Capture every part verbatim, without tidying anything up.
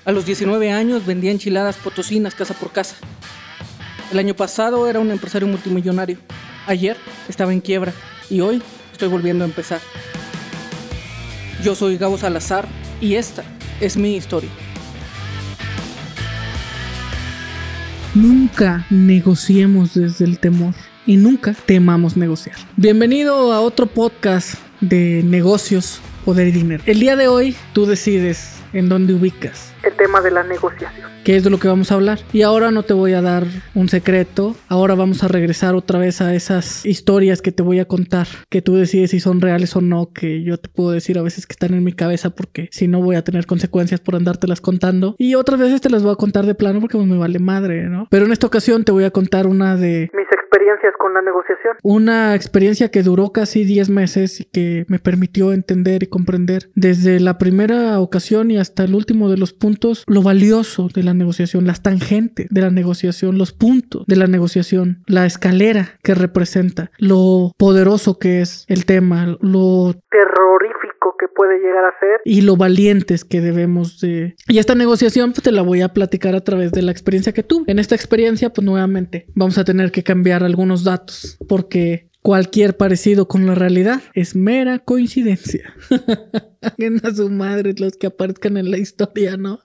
A los diecinueve años vendía enchiladas potosinas casa por casa. El año pasado era un empresario multimillonario. Ayer estaba en quiebra y hoy estoy volviendo a empezar. Yo soy Gabo Salazar y esta es mi historia. Nunca negociemos desde el temor y nunca temamos negociar. Bienvenido a otro podcast de negocios, poder y dinero. El día de hoy tú decides en dónde ubicas el tema de la negociación, que es de lo que vamos a hablar. Y ahora no te voy a dar un secreto, ahora vamos a regresar otra vez a esas historias que te voy a contar, que tú decides si son reales o no, que yo te puedo decir a veces que están en mi cabeza porque si no voy a tener consecuencias por andártelas contando, y otras veces te las voy a contar de plano porque pues, me vale madre, ¿no? Pero en esta ocasión te voy a contar una de mis experiencias con la negociación. Una experiencia que duró casi diez meses y que me permitió entender y comprender desde la primera ocasión y hasta el último de los puntos lo valioso de la negociación, las tangentes de la negociación, los puntos de la negociación, la escalera que representa, lo poderoso que es el tema, lo terrorífico que puede llegar a ser y lo valientes que debemos de... Y esta negociación pues te la voy a platicar a través de la experiencia que tuve. En esta experiencia pues nuevamente vamos a tener que cambiar algunos datos porque cualquier parecido con la realidad es mera coincidencia. Hagan a su madre los que aparezcan en la historia, ¿no?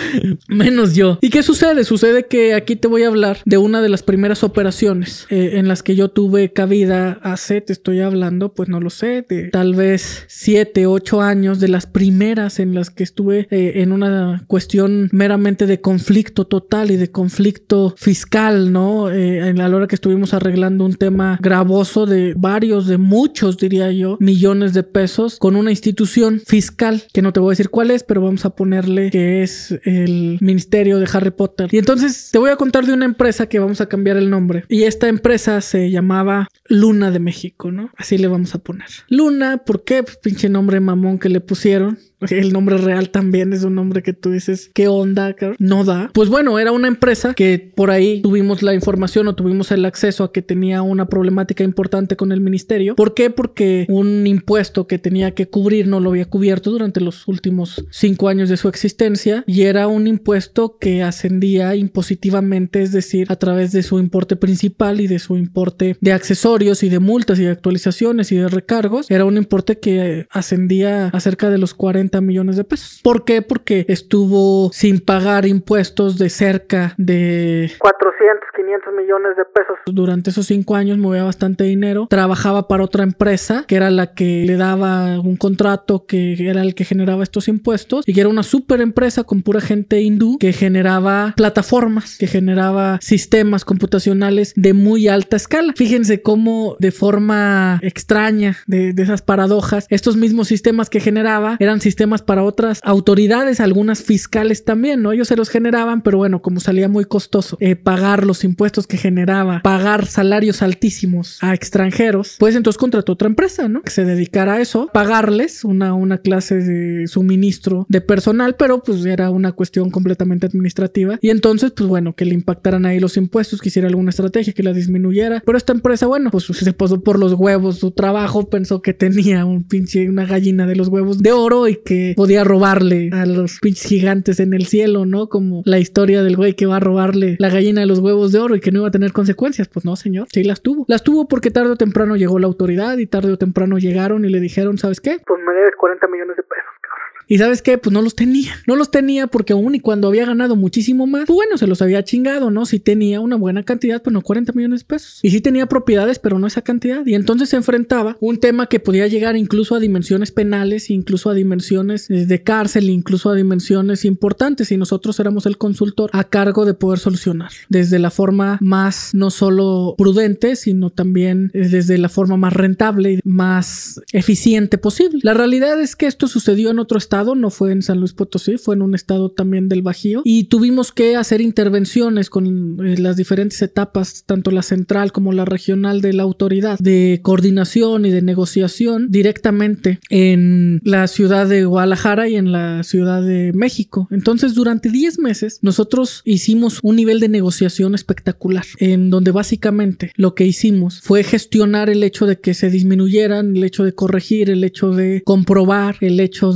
Menos yo. ¿Y qué sucede? Sucede que aquí te voy a hablar de una de las primeras operaciones eh, en las que yo tuve cabida hace, te estoy hablando, pues no lo sé, de tal vez siete, ocho años, de las primeras en las que estuve eh, en una cuestión meramente de conflicto total y de conflicto fiscal, ¿no? Eh, en la hora que estuvimos arreglando un tema gravoso de varios, de muchos, diría yo, millones de pesos con una institución fiscal, que no te voy a decir cuál es, pero vamos a ponerle que es el Ministerio de Harry Potter. Y entonces te voy a contar de una empresa que vamos a cambiar el nombre. Y esta empresa se llamaba Luna de México, ¿no? Así le vamos a poner. Luna, ¿por qué? Pues, pinche nombre mamón que le pusieron. El nombre real también es un nombre que tú dices, ¿qué onda? No da. Pues bueno, era una empresa que por ahí tuvimos la información o tuvimos el acceso a que tenía una problemática importante con el ministerio. ¿Por qué? Porque un impuesto que tenía que cubrir no lo había cubierto durante los últimos cinco años de su existencia y era un impuesto que ascendía impositivamente, es decir, a través de su importe principal y de su importe de accesorios y de multas y de actualizaciones y de recargos. Era un importe que ascendía a cerca de los cuarenta millones de pesos. ¿Por qué? Porque estuvo sin pagar impuestos de cerca de cuatrocientos, quinientos millones de pesos. Durante esos cinco años movía bastante dinero. Trabajaba para otra empresa que era la que le daba un contrato que era el que generaba estos impuestos y que era una super empresa con pura gente hindú que generaba plataformas, que generaba sistemas computacionales de muy alta escala. Fíjense cómo de forma extraña de, de esas paradojas, estos mismos sistemas que generaba eran sistemas para otras autoridades, algunas fiscales también, ¿no? Ellos se los generaban, pero bueno, como salía muy costoso eh, pagar los impuestos que generaba, pagar salarios altísimos a extranjeros, pues entonces contrató otra empresa, ¿no? Que se dedicara a eso, pagarles una, una clase de suministro de personal, pero pues era una cuestión completamente administrativa. Y entonces, pues bueno, que le impactaran ahí los impuestos, que hiciera alguna estrategia que la disminuyera. Pero esta empresa, bueno, pues se pasó por los huevos su trabajo, pensó que tenía un pinche, una gallina de los huevos de oro y que podía robarle a los pinches gigantes en el cielo, ¿no? Como la historia del güey que va a robarle la gallina de los huevos de oro y que no iba a tener consecuencias. Pues no, señor, sí las tuvo. Las tuvo porque tarde o temprano llegó la autoridad y tarde o temprano llegaron y le dijeron, ¿sabes qué? Pues me debes cuarenta millones de pesos, cabrón. ¿Y sabes qué? Pues no los tenía. No los tenía porque aún y cuando había ganado muchísimo más, pues bueno, se los había chingado, ¿no? Sí tenía una buena cantidad, pero no cuarenta millones de pesos. Y sí tenía propiedades, pero no esa cantidad. Y entonces se enfrentaba un tema que podía llegar incluso a dimensiones penales, incluso a dimensiones de cárcel, incluso a dimensiones importantes. Y nosotros éramos el consultor a cargo de poder solucionar desde la forma más no solo prudente, sino también desde la forma más rentable y más eficiente posible. La realidad es que esto sucedió en otro estado. No fue en San Luis Potosí, fue en un estado también del Bajío y tuvimos que hacer intervenciones con eh, las diferentes etapas, tanto la central como la regional de la autoridad de coordinación y de negociación directamente en la ciudad de Guadalajara y en la ciudad de México. Entonces durante diez meses nosotros hicimos un nivel de negociación espectacular en donde básicamente lo que hicimos fue gestionar el hecho de que se disminuyeran, el hecho de corregir, el hecho de comprobar, el hecho de negociar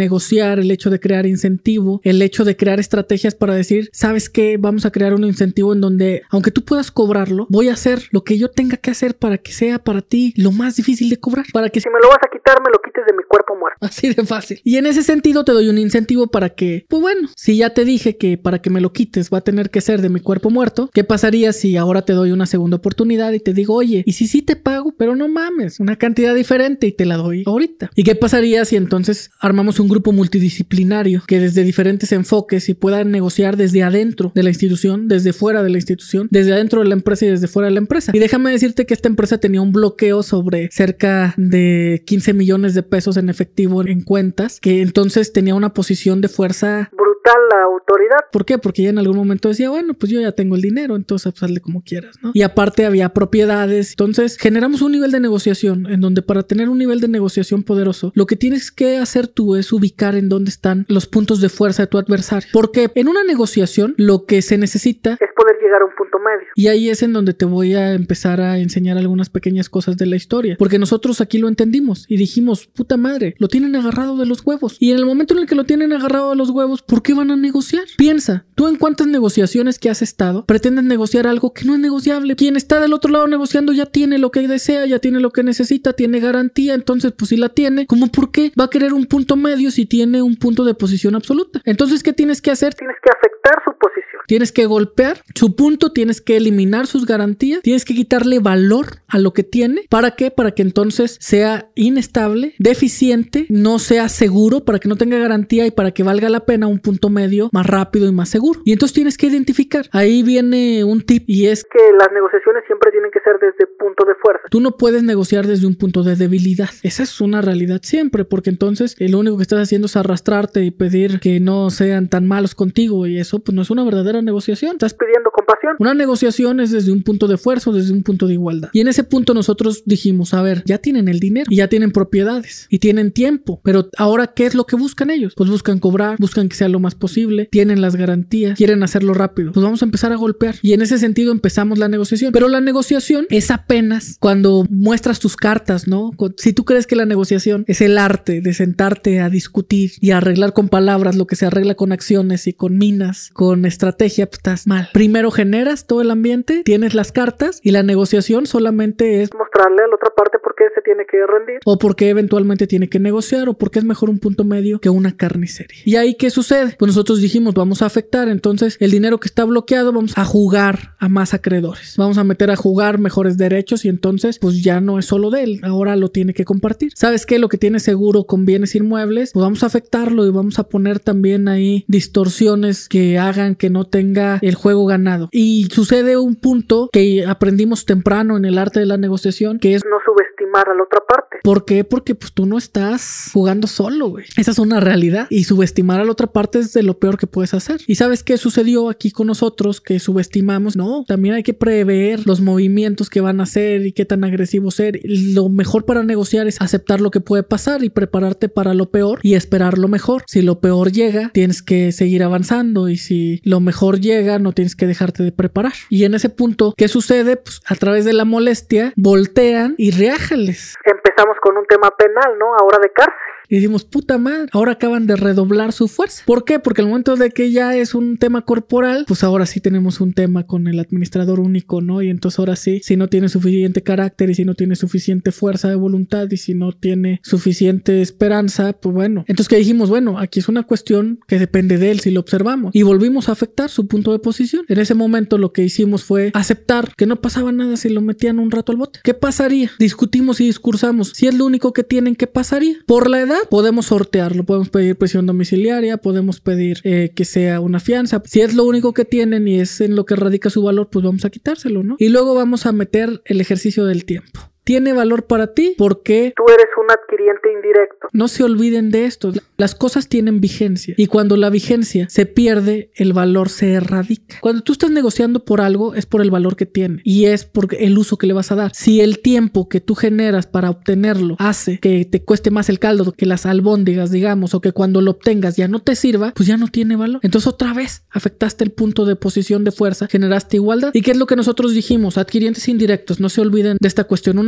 negociar, el hecho de crear incentivo, el hecho de crear estrategias para decir, ¿sabes qué? Vamos a crear un incentivo en donde, aunque tú puedas cobrarlo, voy a hacer lo que yo tenga que hacer para que sea para ti lo más difícil de cobrar. Para que si me lo vas a quitar, me lo quites de mi cuerpo muerto. Así de fácil. Y en ese sentido te doy un incentivo para que, pues bueno, si ya te dije que para que me lo quites va a tener que ser de mi cuerpo muerto, ¿qué pasaría si ahora te doy una segunda oportunidad y te digo, oye, y si sí te pago, pero no mames, una cantidad diferente y te la doy ahorita? ¿Y qué pasaría si entonces armamos un grupo multidisciplinario que desde diferentes enfoques y puedan negociar desde adentro de la institución, desde fuera de la institución, desde adentro de la empresa y desde fuera de la empresa? Y déjame decirte que esta empresa tenía un bloqueo sobre cerca de quince millones de pesos en efectivo en cuentas, que entonces tenía una posición de fuerza brutal la autoridad. ¿Por qué? Porque ella en algún momento decía, bueno, pues yo ya tengo el dinero, entonces pues hazle como quieras, ¿no? Y aparte había propiedades. Entonces generamos un nivel de negociación en donde para tener un nivel de negociación poderoso, lo que tienes que hacer tú es ubicar en dónde están los puntos de fuerza de tu adversario. Porque en una negociación lo que se necesita es poder llegar a un punto medio. Y ahí es en donde te voy a empezar a enseñar algunas pequeñas cosas de la historia. Porque nosotros aquí lo entendimos y dijimos, puta madre, lo tienen agarrado de los huevos. Y en el momento en el que lo tienen agarrado de los huevos, ¿por qué van a negociar? Piensa, tú en cuántas negociaciones que has estado pretendes negociar algo que no es negociable. Quien está del otro lado negociando ya tiene lo que desea, ya tiene lo que necesita, tiene garantía. Entonces, pues si la tiene, ¿cómo por qué va a querer un punto medio si tiene un punto de posición absoluta? Entonces, ¿qué tienes que hacer? Tienes que afectar su posición. Tienes que golpear su punto, tienes que eliminar sus garantías, tienes que quitarle valor a lo que tiene. ¿Para qué? Para que entonces sea inestable, deficiente, no sea seguro, para que no tenga garantía y para que valga la pena un punto medio más rápido y más seguro. Y entonces tienes que identificar. Ahí viene un tip y es que las negociaciones siempre tienen que ser desde punto de fuerza. Tú no puedes negociar desde un punto de debilidad. Esa es una realidad siempre, porque entonces eh, lo único que estás haciendo es arrastrarte y pedir que no sean tan malos contigo, y eso pues no es una verdadera negociación. Estás pidiendo compasión. Una negociación es desde un punto de fuerza o desde un punto de igualdad. Y en ese punto nosotros dijimos, a ver, ya tienen el dinero y ya tienen propiedades y tienen tiempo, pero ahora ¿qué es lo que buscan ellos? Pues buscan cobrar, buscan que sea lo más posible, tienen las garantías, quieren hacerlo rápido. Pues vamos a empezar a golpear. Y en ese sentido empezamos la negociación. Pero la negociación es apenas cuando muestras tus cartas, ¿no? Si tú crees que la negociación es el arte de sentarte a discutir y a arreglar con palabras lo que se arregla con acciones y con minas, con estrategia, pues estás mal. Primero generas todo el ambiente, tienes las cartas y la negociación solamente es mostrarle a la otra parte por qué se tiene que rendir. O por qué eventualmente tiene que negociar, o por qué es mejor un punto medio que una carnicería. ¿Y ahí qué sucede? Pues nosotros dijimos, vamos a afectar, entonces el dinero que está bloqueado, vamos a jugar a más acreedores. Vamos a meter a jugar mejores derechos y entonces pues ya no es solo de él, ahora lo tiene que compartir. ¿Sabes qué? Lo que tiene seguro con bienes inmuebles, pues vamos a afectarlo y vamos a poner también ahí distorsiones que hagan que no tenga el juego ganado. Y sucede un punto que aprendimos temprano en el arte de la negociación, que es no subestimar a la otra parte. ¿Por qué? Porque pues tú no estás jugando solo, güey. Esa es una realidad. Y subestimar a la otra parte es de lo peor que puedes hacer. ¿Y sabes qué sucedió aquí con nosotros? Que subestimamos. No, también hay que prever los movimientos que van a hacer y qué tan agresivos ser. Lo mejor para negociar es aceptar lo que puede pasar y prepararte para lo peor y esperar lo mejor. Si lo peor llega, tienes que seguir avanzando, y si lo mejor llega, no tienes que dejarte de preparar. Y en ese punto, ¿qué sucede? Pues a través de la molestia, voltean y reájales. Empezamos con un tema penal, ¿no? Ahora de cárcel. Y decimos, puta madre, ahora acaban de redoblar su fuerza. ¿Por qué? Porque al momento de que ya es un tema corporal, pues ahora sí tenemos un tema con el administrador único, ¿no? Y entonces ahora sí, si no tiene suficiente carácter y si no tiene suficiente fuerza de voluntad y si no tiene suficiente esperanza, pues bueno. Entonces que dijimos, bueno, aquí es una cuestión que depende de él si lo observamos. Y volvimos a afectar su punto de posición. En ese momento lo que hicimos fue aceptar que no pasaba nada si lo metían un rato al bote. ¿Qué pasaría? Discutimos y discursamos. Si es lo único que tienen, ¿qué pasaría? Por la edad podemos sortearlo, podemos pedir prisión domiciliaria, podemos pedir eh, que sea una fianza. Si es lo único que tienen y es en lo que radica su valor, pues vamos a quitárselo, ¿no? Y luego vamos a meter el ejercicio del tiempo. ¿Tiene valor para ti? Porque tú eres un adquiriente indirecto. No se olviden de esto. Las cosas tienen vigencia. Y cuando la vigencia se pierde, el valor se erradica. Cuando tú estás negociando por algo, es por el valor que tiene. Y es por el uso que le vas a dar. Si el tiempo que tú generas para obtenerlo hace que te cueste más el caldo que las albóndigas, digamos, o que cuando lo obtengas ya no te sirva, pues ya no tiene valor. Entonces otra vez afectaste el punto de posición de fuerza, generaste igualdad. ¿Y qué es lo que nosotros dijimos? Adquirientes indirectos. No se olviden de esta cuestión. Una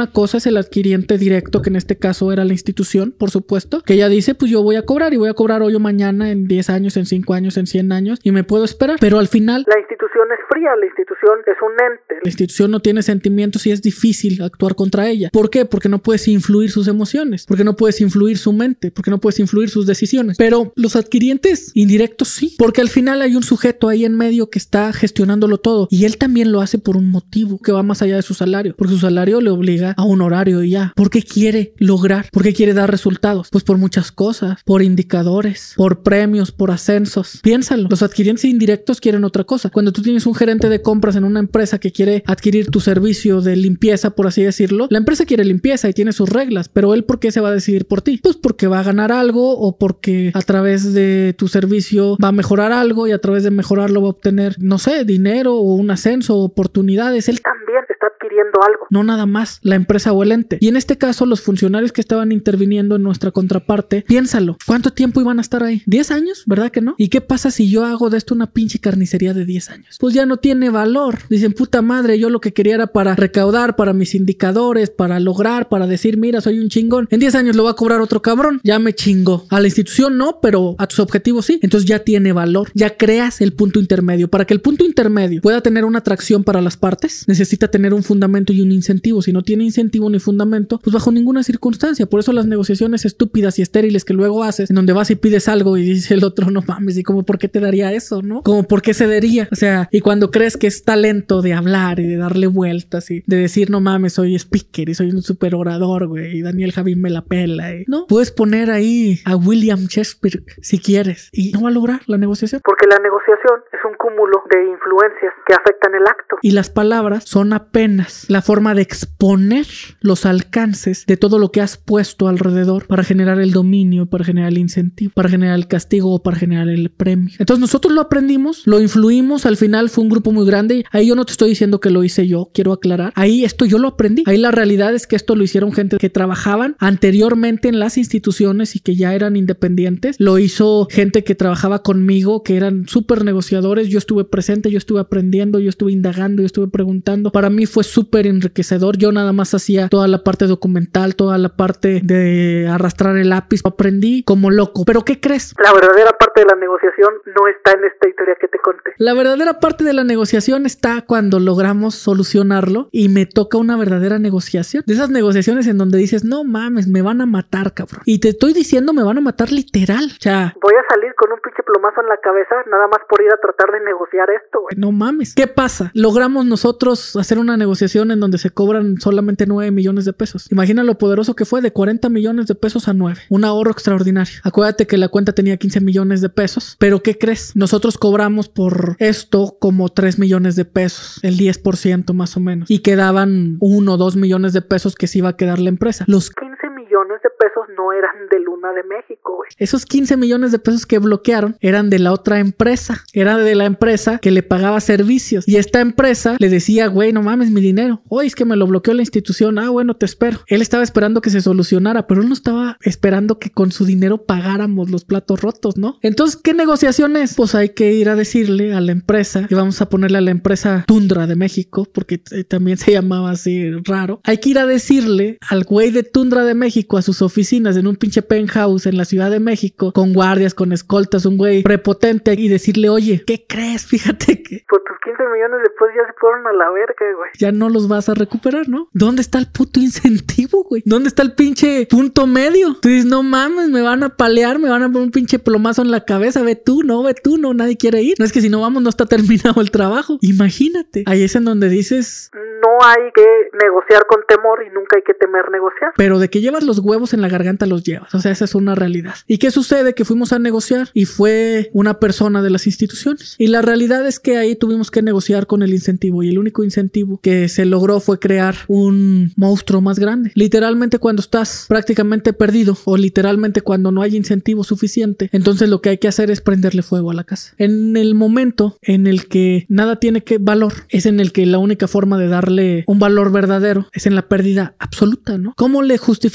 cosa es el adquiriente directo, que en este caso era la institución, por supuesto, que ella dice, pues yo voy a cobrar y voy a cobrar hoy o mañana, en diez años, en cinco años, en cien años, y me puedo esperar. Pero al final... La institución es fría, la institución es un ente. La institución no tiene sentimientos y es difícil actuar contra ella. ¿Por qué? Porque no puedes influir sus emociones, porque no puedes influir su mente, porque no puedes influir sus decisiones. Pero los adquirientes indirectos sí, porque al final hay un sujeto ahí en medio que está gestionándolo todo y él también lo hace por un motivo que va más allá de su salario, porque su salario le obliga a un horario y ya. ¿Por qué quiere lograr? ¿Por qué quiere dar resultados? Pues por muchas cosas, por indicadores, por premios, por ascensos. Piénsalo, los adquirientes indirectos quieren otra cosa. Cuando tú tienes un gerente de compras en una empresa que quiere adquirir tu servicio de limpieza, por así decirlo, la empresa quiere limpieza y tiene sus reglas, pero él ¿por qué se va a decidir por ti? Pues porque va a ganar algo o porque a través de tu servicio va a mejorar algo y a través de mejorarlo va a obtener, no sé, dinero o un ascenso o oportunidades. Él también está adquiriendo algo. No nada más la empresa o el ente. Y en este caso los funcionarios que estaban interviniendo en nuestra contraparte, piénsalo, ¿cuánto tiempo iban a estar ahí? ¿diez años? ¿Verdad que no? ¿Y qué pasa si yo hago de esto una pinche carnicería de diez años? Pues ya no tiene valor. Dicen, puta madre, yo lo que quería era para recaudar, para mis indicadores, para lograr, para decir, mira, soy un chingón. En diez años lo va a cobrar otro cabrón. Ya me chingó. A la institución no, pero a tus objetivos sí. Entonces ya tiene valor. Ya creas el punto intermedio. Para que el punto intermedio pueda tener una atracción para las partes, necesita tener un fundamento y un incentivo. Si no tiene incentivo ni fundamento, pues bajo ninguna circunstancia. Por eso las negociaciones estúpidas y estériles que luego haces, en donde vas y pides algo y dice el otro, no mames, y como, ¿por qué te daría eso, no? Como, ¿por qué cedería? O sea, y cuando crees que es talento de hablar y de darle vueltas y de decir, no mames, soy speaker y soy un super orador, güey, y Daniel Javín me la pela, ¿eh? No, puedes poner ahí a William Shakespeare si quieres y no va a lograr la negociación. Porque la negociación es un cúmulo de influencias que afectan el acto. Y las palabras son apenas la forma de exponer los alcances de todo lo que has puesto alrededor para generar el dominio, para generar el incentivo, para generar el castigo o para generar el premio. Entonces nosotros lo aprendimos, lo influimos, al final fue un grupo muy grande. Ahí yo no te estoy diciendo que lo hice yo, quiero aclarar. Ahí esto yo lo aprendí. Ahí la realidad es que esto lo hicieron gente que trabajaban anteriormente en las instituciones y que ya eran independientes. Lo hizo gente que trabajaba conmigo, que eran súper negociadores. Yo estuve presente, yo estuve aprendiendo, yo estuve indagando, yo estuve preguntando. Para mí fue súper enriquecedor. Yo nada más hacía toda la parte documental, toda la parte de arrastrar el lápiz. Aprendí como loco. ¿Pero qué crees? La verdadera parte de la negociación no está en esta historia que te conté. La verdadera parte de la negociación está cuando logramos solucionarlo y me toca una verdadera negociación. De esas negociaciones en donde dices, no mames, me van a matar, cabrón. Y te estoy diciendo, me van a matar literal. O sea, voy a salir con un pinche plomazo en la cabeza nada más por ir a tratar de negociar esto, güey. No mames. ¿Qué pasa? Logramos nosotros hacer una negociación en donde se cobran solamente nueve millones de pesos. Imagina lo poderoso que fue de cuarenta millones de pesos a nueve. Un ahorro extraordinario. Acuérdate que la cuenta tenía quince millones de pesos. Pero ¿qué crees? Nosotros cobramos por esto como tres millones de pesos. El diez por ciento más o menos. Y quedaban uno o dos millones de pesos que se iba a quedar la empresa. Los quince millones de pesos no eran de Luna de México, güey. Esos quince millones de pesos que bloquearon eran de la otra empresa. Era de la empresa que le pagaba servicios. Y esta empresa le decía, güey, no mames mi dinero. Oye, es que me lo bloqueó la institución. Ah, bueno, te espero. Él estaba esperando que se solucionara, pero él no estaba esperando que con su dinero pagáramos los platos rotos, ¿no? Entonces, ¿qué negociación es? Pues hay que ir a decirle a la empresa, y vamos a ponerle a la empresa Tundra de México, porque eh, también se llamaba así raro. Hay que ir a decirle al güey de Tundra de México a sus oficinas en un pinche penthouse en la Ciudad de México, con guardias, con escoltas, un güey prepotente, y decirle, oye, ¿qué crees? Fíjate que pues tus quince millones después ya se fueron a la verga, güey. Ya no los vas a recuperar, ¿no? ¿Dónde está el puto incentivo, güey? ¿Dónde está el pinche punto medio? Tú dices, no mames, me van a palear, me van a poner un pinche plomazo en la cabeza. Ve tú, no, ve tú, no, nadie quiere ir. No es que si no vamos no está terminado el trabajo. Imagínate. Ahí es en donde dices, no hay que negociar con temor y nunca hay que temer negociar. Pero de que llevas los huevos en la garganta los llevas. O sea, esa es una realidad. ¿Y qué sucede? Que fuimos a negociar y fue una persona de las instituciones. Y la realidad es que ahí tuvimos que negociar con el incentivo. Y el único incentivo que se logró fue crear un monstruo más grande. Literalmente cuando estás prácticamente perdido o literalmente cuando no hay incentivo suficiente, entonces lo que hay que hacer es prenderle fuego a la casa. En el momento en el que nada tiene que valor, es en el que la única forma de darle un valor verdadero es en la pérdida absoluta, ¿no? ¿Cómo le justificas y cómo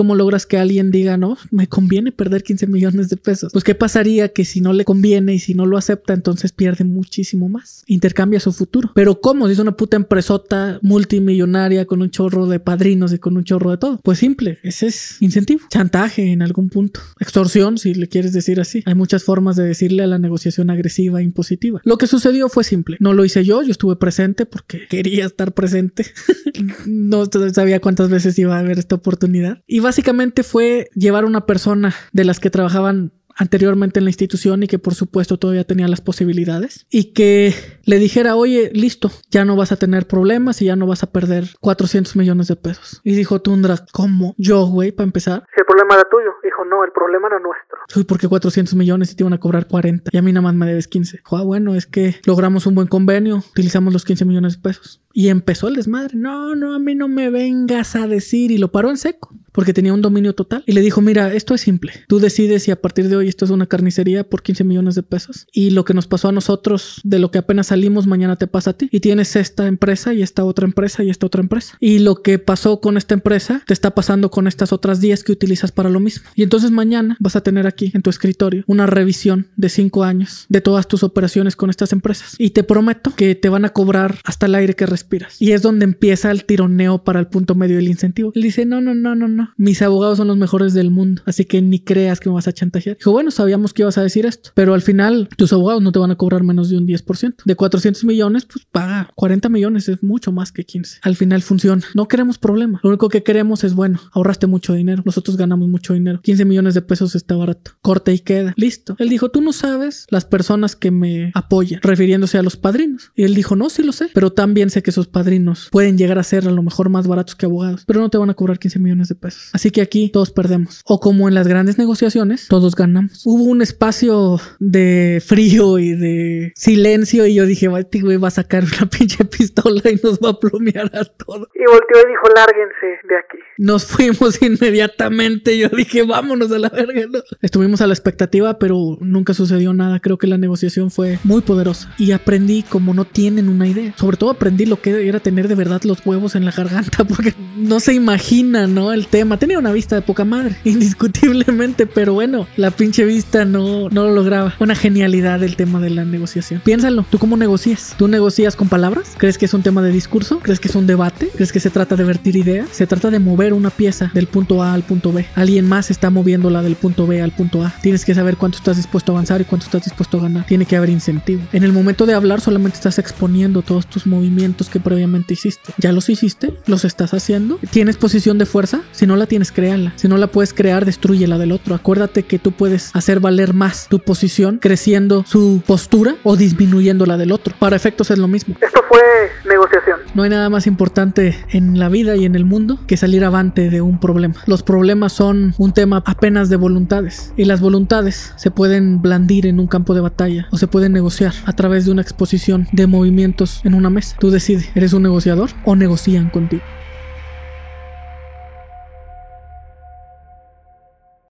cómo logras que alguien diga, no, me conviene perder quince millones de pesos. Pues, ¿qué pasaría? Que si no le conviene y si no lo acepta, entonces pierde muchísimo más. Intercambia su futuro. Pero ¿cómo? Si es una puta empresota multimillonaria con un chorro de padrinos y con un chorro de todo. Pues simple, ese es incentivo. Chantaje en algún punto. Extorsión, si le quieres decir así. Hay muchas formas de decirle a la negociación agresiva e impositiva. Lo que sucedió fue simple. No lo hice yo, yo estuve presente porque quería estar presente. No sabía cuántas veces iba a haber esta oportunidad. Y básicamente fue llevar a una persona de las que trabajaban anteriormente en la institución y que por supuesto todavía tenía las posibilidades y que le dijera, oye, listo, ya no vas a tener problemas y ya no vas a perder cuatrocientos millones de pesos. Y dijo Tundra, ¿cómo? Yo, güey, para empezar. Si el problema era tuyo. Dijo, no, el problema era nuestro. Uy, ¿por qué cuatrocientos millones y te iban a cobrar cuarenta? Y a mí nada más me debes quince. Dijo, ah, bueno, es que logramos un buen convenio, utilizamos los quince millones de pesos. Y empezó el desmadre. No, no, a mí no me vengas a decir. Y lo paró en seco, porque tenía un dominio total. Y le dijo, mira, esto es simple. Tú decides si a partir de hoy esto es una carnicería por quince millones de pesos. Y lo que nos pasó a nosotros, de lo que apenas salimos, mañana te pasa a ti. Y tienes esta empresa y esta otra empresa y esta otra empresa. Y lo que pasó con esta empresa, te está pasando con estas otras diez que utilizas para lo mismo. Y entonces mañana vas a tener aquí en tu escritorio una revisión de cinco años de todas tus operaciones con estas empresas. Y te prometo que te van a cobrar hasta el aire que respiras. Y es donde empieza el tironeo para el punto medio del incentivo. Él dice, no, no, no, no, no. Mis abogados son los mejores del mundo, así que ni creas que me vas a chantajear. Dijo, bueno, sabíamos que ibas a decir esto, pero al final tus abogados no te van a cobrar menos de un diez por ciento. De cuatrocientos millones, pues paga cuarenta millones, es mucho más que quince. Al final funciona. No queremos problemas. Lo único que queremos es, bueno, ahorraste mucho dinero. Nosotros ganamos mucho dinero. quince millones de pesos está barato. Corte y queda. Listo. Él dijo, tú no sabes las personas que me apoyan, refiriéndose a los padrinos. Y él dijo, no, sí lo sé, pero también sé que esos padrinos pueden llegar a ser a lo mejor más baratos que abogados, pero no te van a cobrar quince millones de pesos. Así que aquí todos perdemos. O como en las grandes negociaciones, todos ganamos. Hubo un espacio de frío y de silencio y yo dije, este güey va a sacar una pinche pistola y nos va a plomear a todos. Y volteó y dijo, lárguense de aquí. Nos fuimos inmediatamente. Yo dije, vámonos a la verga, ¿no? Estuvimos a la expectativa, pero nunca sucedió nada. Creo que la negociación fue muy poderosa y aprendí como no tienen una idea. Sobre todo aprendí lo que era tener de verdad los huevos en la garganta, porque no se imagina, ¿no? El tema. Tenía una vista de poca madre, indiscutiblemente, pero bueno, la pinche vista no, no lo lograba. Una genialidad el tema de la negociación. Piénsalo, ¿tú cómo negocias? ¿Tú negocias con palabras? ¿Crees que es un tema de discurso? ¿Crees que es un debate? ¿Crees que se trata de vertir ideas? Se trata de mover una pieza del punto A al punto B. Alguien más está moviéndola del punto B al punto A. Tienes que saber cuánto estás dispuesto a avanzar y cuánto estás dispuesto a ganar. Tiene que haber incentivo. En el momento de hablar solamente estás exponiendo todos tus movimientos que previamente hiciste. ¿Ya los hiciste? ¿Los estás haciendo? ¿Tienes posición de fuerza? Si no la tienes, créala. Si no la puedes crear, destrúyela del otro. Acuérdate que tú puedes hacer valer más tu posición creciendo su postura o disminuyendo la del otro. Para efectos es lo mismo. Esto fue negociación. No hay nada más importante en la vida y en el mundo que salir avante de un problema. Los problemas son un tema apenas de voluntades y las voluntades se pueden blandir en un campo de batalla o se pueden negociar a través de una exposición de movimientos en una mesa. Tú decides, ¿eres un negociador o negocian contigo?